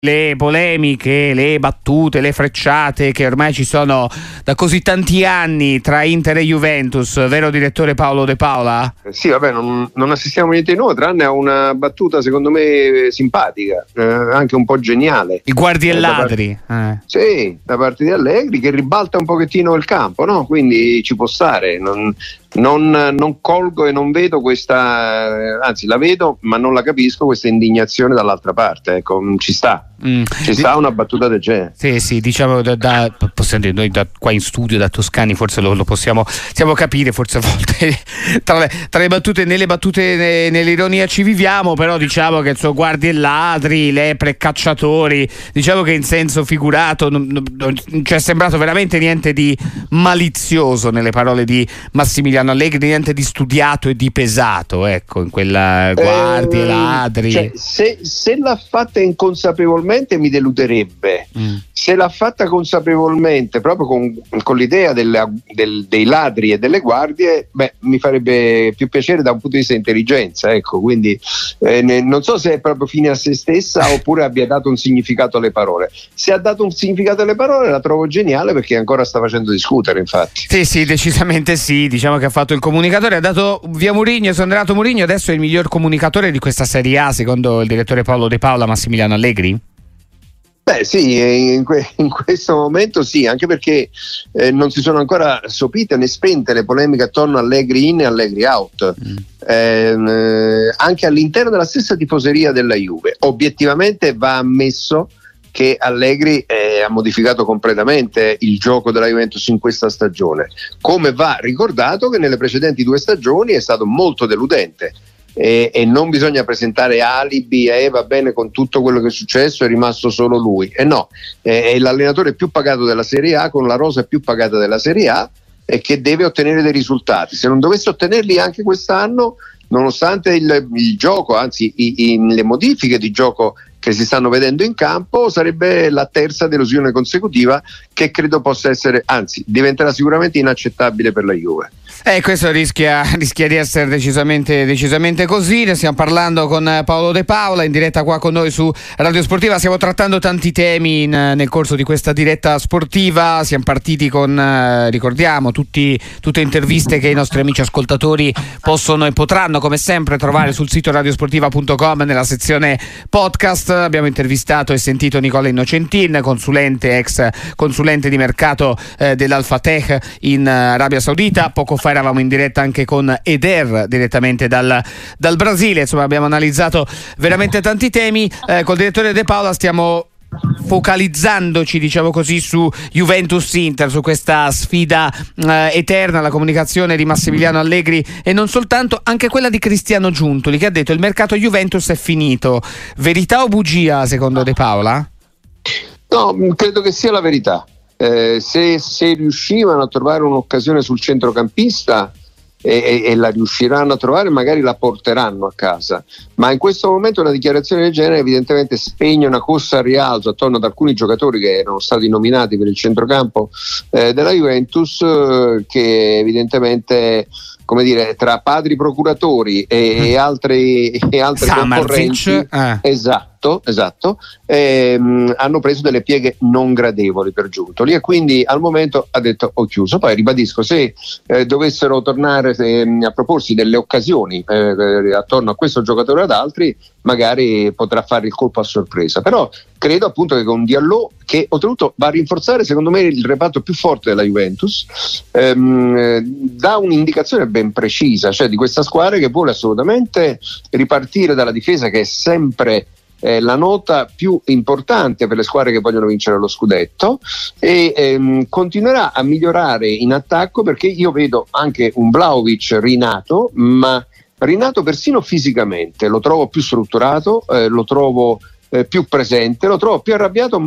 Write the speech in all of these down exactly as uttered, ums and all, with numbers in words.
le polemiche, le battute, le frecciate che ormai ci sono da così tanti anni tra Inter e Juventus, vero direttore Paolo De Paola? Eh sì, vabbè, non, non assistiamo a niente di nuovo, tranne a una battuta secondo me simpatica, eh, anche un po' geniale. I guardi e eh, ladri. Da part- eh. Sì, da parte di Allegri, che ribalta un pochettino il campo, no? Quindi ci può stare. Non, non, non colgo e non vedo questa, anzi la vedo ma non la capisco, questa indignazione dall'altra parte, ecco, ci sta. Mm. Ci sta una battuta del genere. Sì, sì, diciamo da, da possiamo dire, noi da qua in studio da Toscani forse lo, lo possiamo, possiamo capire, forse a volte tra le, tra le battute, nelle battute ne, nell'ironia ci viviamo, però diciamo che insomma, guardi e ladri, lepre, cacciatori, diciamo che in senso figurato non, non, non ci è sembrato veramente niente di malizioso nelle parole di Massimiliano Allegri, niente di studiato e di pesato, ecco, in quella guardi e ladri. Cioè, se, se l'ha fatta inconsapevolmente mi deluderebbe. Mm. Se l'ha fatta consapevolmente, proprio con, con l'idea delle, del, dei ladri e delle guardie, beh, mi farebbe più piacere da un punto di vista intelligenza, ecco. Quindi eh, ne, non so se è proprio fine a se stessa oppure abbia dato un significato alle parole. Se ha dato un significato alle parole la trovo geniale, perché ancora sta facendo discutere, infatti. Sì, sì, decisamente sì, diciamo che ha fatto il comunicatore, ha dato via Mourinho, è esonerato Mourinho, adesso è il miglior comunicatore di questa Serie A secondo il direttore Paolo De Paola, Massimiliano Allegri? Beh sì, in, que- in questo momento sì, anche perché eh, non si sono ancora sopite né spente le polemiche attorno a Allegri in e Allegri out, mm. eh, anche all'interno della stessa tifoseria della Juve. Obiettivamente va ammesso che Allegri eh, ha modificato completamente il gioco della Juventus in questa stagione, come va ricordato che nelle precedenti due stagioni è stato molto deludente. E, e non bisogna presentare alibi e eh, va bene, con tutto quello che è successo è rimasto solo lui, e eh no, è, è l'allenatore più pagato della Serie A, con la rosa più pagata della Serie A, e che deve ottenere dei risultati. Se non dovesse ottenerli anche quest'anno, nonostante il, il gioco, anzi i, i, le modifiche di gioco che si stanno vedendo in campo, sarebbe la terza delusione consecutiva, che credo possa essere, anzi diventerà sicuramente inaccettabile per la Juve. Eh, questo rischia, rischia di essere decisamente, decisamente così. Ne stiamo parlando con Paolo De Paola in diretta qua con noi su Radio Sportiva. Stiamo trattando tanti temi in, nel corso di questa diretta sportiva. Siamo partiti con, eh, ricordiamo, tutti, tutte interviste che i nostri amici ascoltatori possono e potranno come sempre trovare sul sito radiosportiva punto com nella sezione podcast. Abbiamo intervistato e sentito Nicola Innocentin, consulente, ex consulente di mercato eh, dell'Alfa Tech in Arabia Saudita. Poco fa eravamo in diretta anche con Eder direttamente dal, dal Brasile. Insomma, abbiamo analizzato veramente tanti temi. Eh, col direttore De Paola stiamo focalizzandoci, diciamo così, su Juventus Inter, su questa sfida eh, eterna, la comunicazione di Massimiliano Allegri e non soltanto, anche quella di Cristiano Giuntoli, che ha detto il mercato Juventus è finito. Verità o bugia secondo De Paola? No, credo che sia la verità. Eh, se, se riuscivano a trovare un'occasione sul centrocampista e, e, e la riusciranno a trovare, magari la porteranno a casa, ma in questo momento una dichiarazione del genere evidentemente spegne una corsa al rialzo attorno ad alcuni giocatori che erano stati nominati per il centrocampo eh, della Juventus, eh, che evidentemente, come dire, tra padri procuratori e, e altri e altre concorrenti, eh. esatto esatto ehm, hanno preso delle pieghe non gradevoli per Giuntoli, e quindi al momento ha detto ho chiuso. Poi ribadisco, se eh, dovessero tornare se, a proporsi delle occasioni eh, attorno a questo giocatore o ad altri, magari potrà fare il colpo a sorpresa, però credo appunto che con Diallo, che oltretutto va a rinforzare secondo me il reparto più forte della Juventus, ehm, dà un'indicazione ben precisa, cioè di questa squadra che vuole assolutamente ripartire dalla difesa, che è sempre eh, la nota più importante per le squadre che vogliono vincere lo scudetto, e ehm, continuerà a migliorare in attacco, perché io vedo anche un Vlahovic rinato, ma rinato persino fisicamente, lo trovo più strutturato, eh, lo trovo eh, più presente, lo trovo più arrabbiato, ma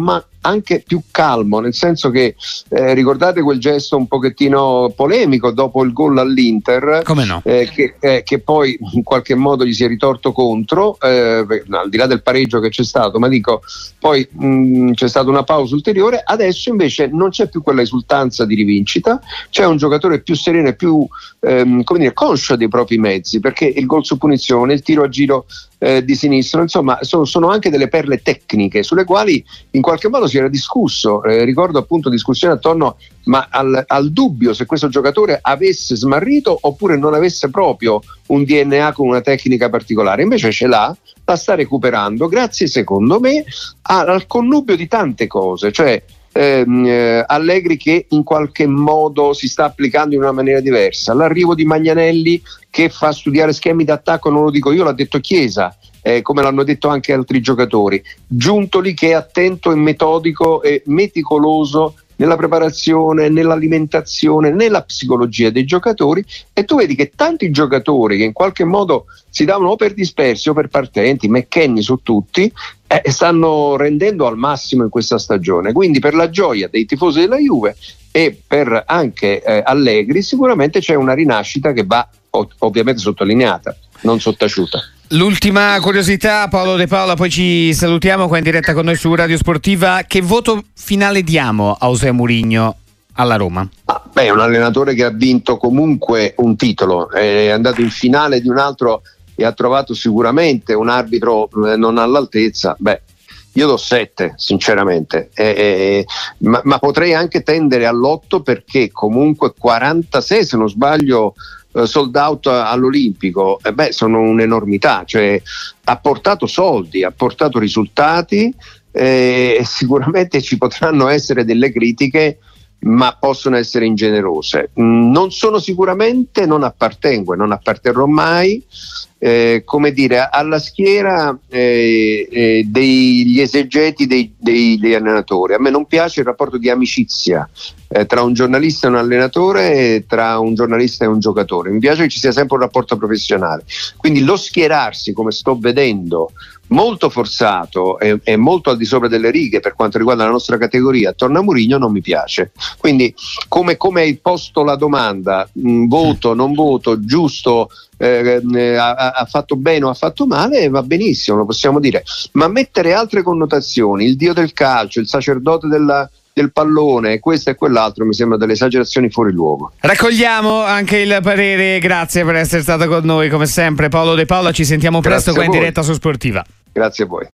anche più calmo, nel senso che eh, ricordate quel gesto un pochettino polemico dopo il gol all'Inter, come no? eh, che, eh, che poi in qualche modo gli si è ritorto contro, eh, al di là del pareggio che c'è stato, ma dico poi mh, c'è stata una pausa ulteriore. Adesso invece non c'è più quella esultanza di rivincita, c'è un giocatore più sereno e più ehm, come dire, conscio dei propri mezzi, perché il gol su punizione, il tiro a giro eh, di sinistro, insomma sono, sono anche delle perle tecniche sulle quali in qualche modo si era discusso, eh, ricordo appunto discussione attorno ma al, al dubbio se questo giocatore avesse smarrito oppure non avesse proprio un D N A con una tecnica particolare. Invece ce l'ha, la sta recuperando grazie secondo me al connubio di tante cose, cioè Ehm, eh, Allegri che in qualche modo si sta applicando in una maniera diversa, l'arrivo di Magnanelli che fa studiare schemi d'attacco, non lo dico io, l'ha detto Chiesa, eh, come l'hanno detto anche altri giocatori, Giuntoli che è attento e metodico e meticoloso nella preparazione, nell'alimentazione, nella psicologia dei giocatori, e tu vedi che tanti giocatori che in qualche modo si davano o per dispersi o per partenti, McKennie su tutti, eh, stanno rendendo al massimo in questa stagione. Quindi per la gioia dei tifosi della Juve e per anche eh, Allegri sicuramente c'è una rinascita che va ov- ovviamente sottolineata, non sottaciuta. L'ultima curiosità, Paolo De Paola, poi ci salutiamo qua in diretta con noi su Radio Sportiva. Che voto finale diamo a José Mourinho alla Roma? Ah, beh, è un allenatore che ha vinto comunque un titolo, è andato in finale di un altro e ha trovato sicuramente un arbitro eh, non all'altezza. Beh, io do sette sinceramente, eh, eh, ma, ma potrei anche tendere all'otto, perché comunque quarantasei se non sbaglio sold out all'Olimpico, eh beh, sono un'enormità, cioè ha portato soldi, ha portato risultati, eh, e sicuramente ci potranno essere delle critiche, ma possono essere ingenerose. Non sono sicuramente, non appartengo e non apparterrò mai, eh, come dire, alla schiera eh, eh, degli esegeti dei, dei, degli allenatori. A me non piace il rapporto di amicizia eh, tra un giornalista e un allenatore, e tra un giornalista e un giocatore. Mi piace che ci sia sempre un rapporto professionale. Quindi lo schierarsi, come sto vedendo, molto forzato e, e molto al di sopra delle righe per quanto riguarda la nostra categoria attorno a Mourinho, non mi piace. Quindi come, come hai posto la domanda, mh, voto, non voto, giusto, eh, eh, ha, ha fatto bene o ha fatto male, va benissimo, lo possiamo dire, ma mettere altre connotazioni, il dio del calcio, il sacerdote della del pallone, questo e quell'altro, mi sembra delle esagerazioni fuori luogo. Raccogliamo anche il parere, grazie per essere stato con noi come sempre Paolo De Paola, ci sentiamo presto qua in diretta su Sportiva. Grazie a voi.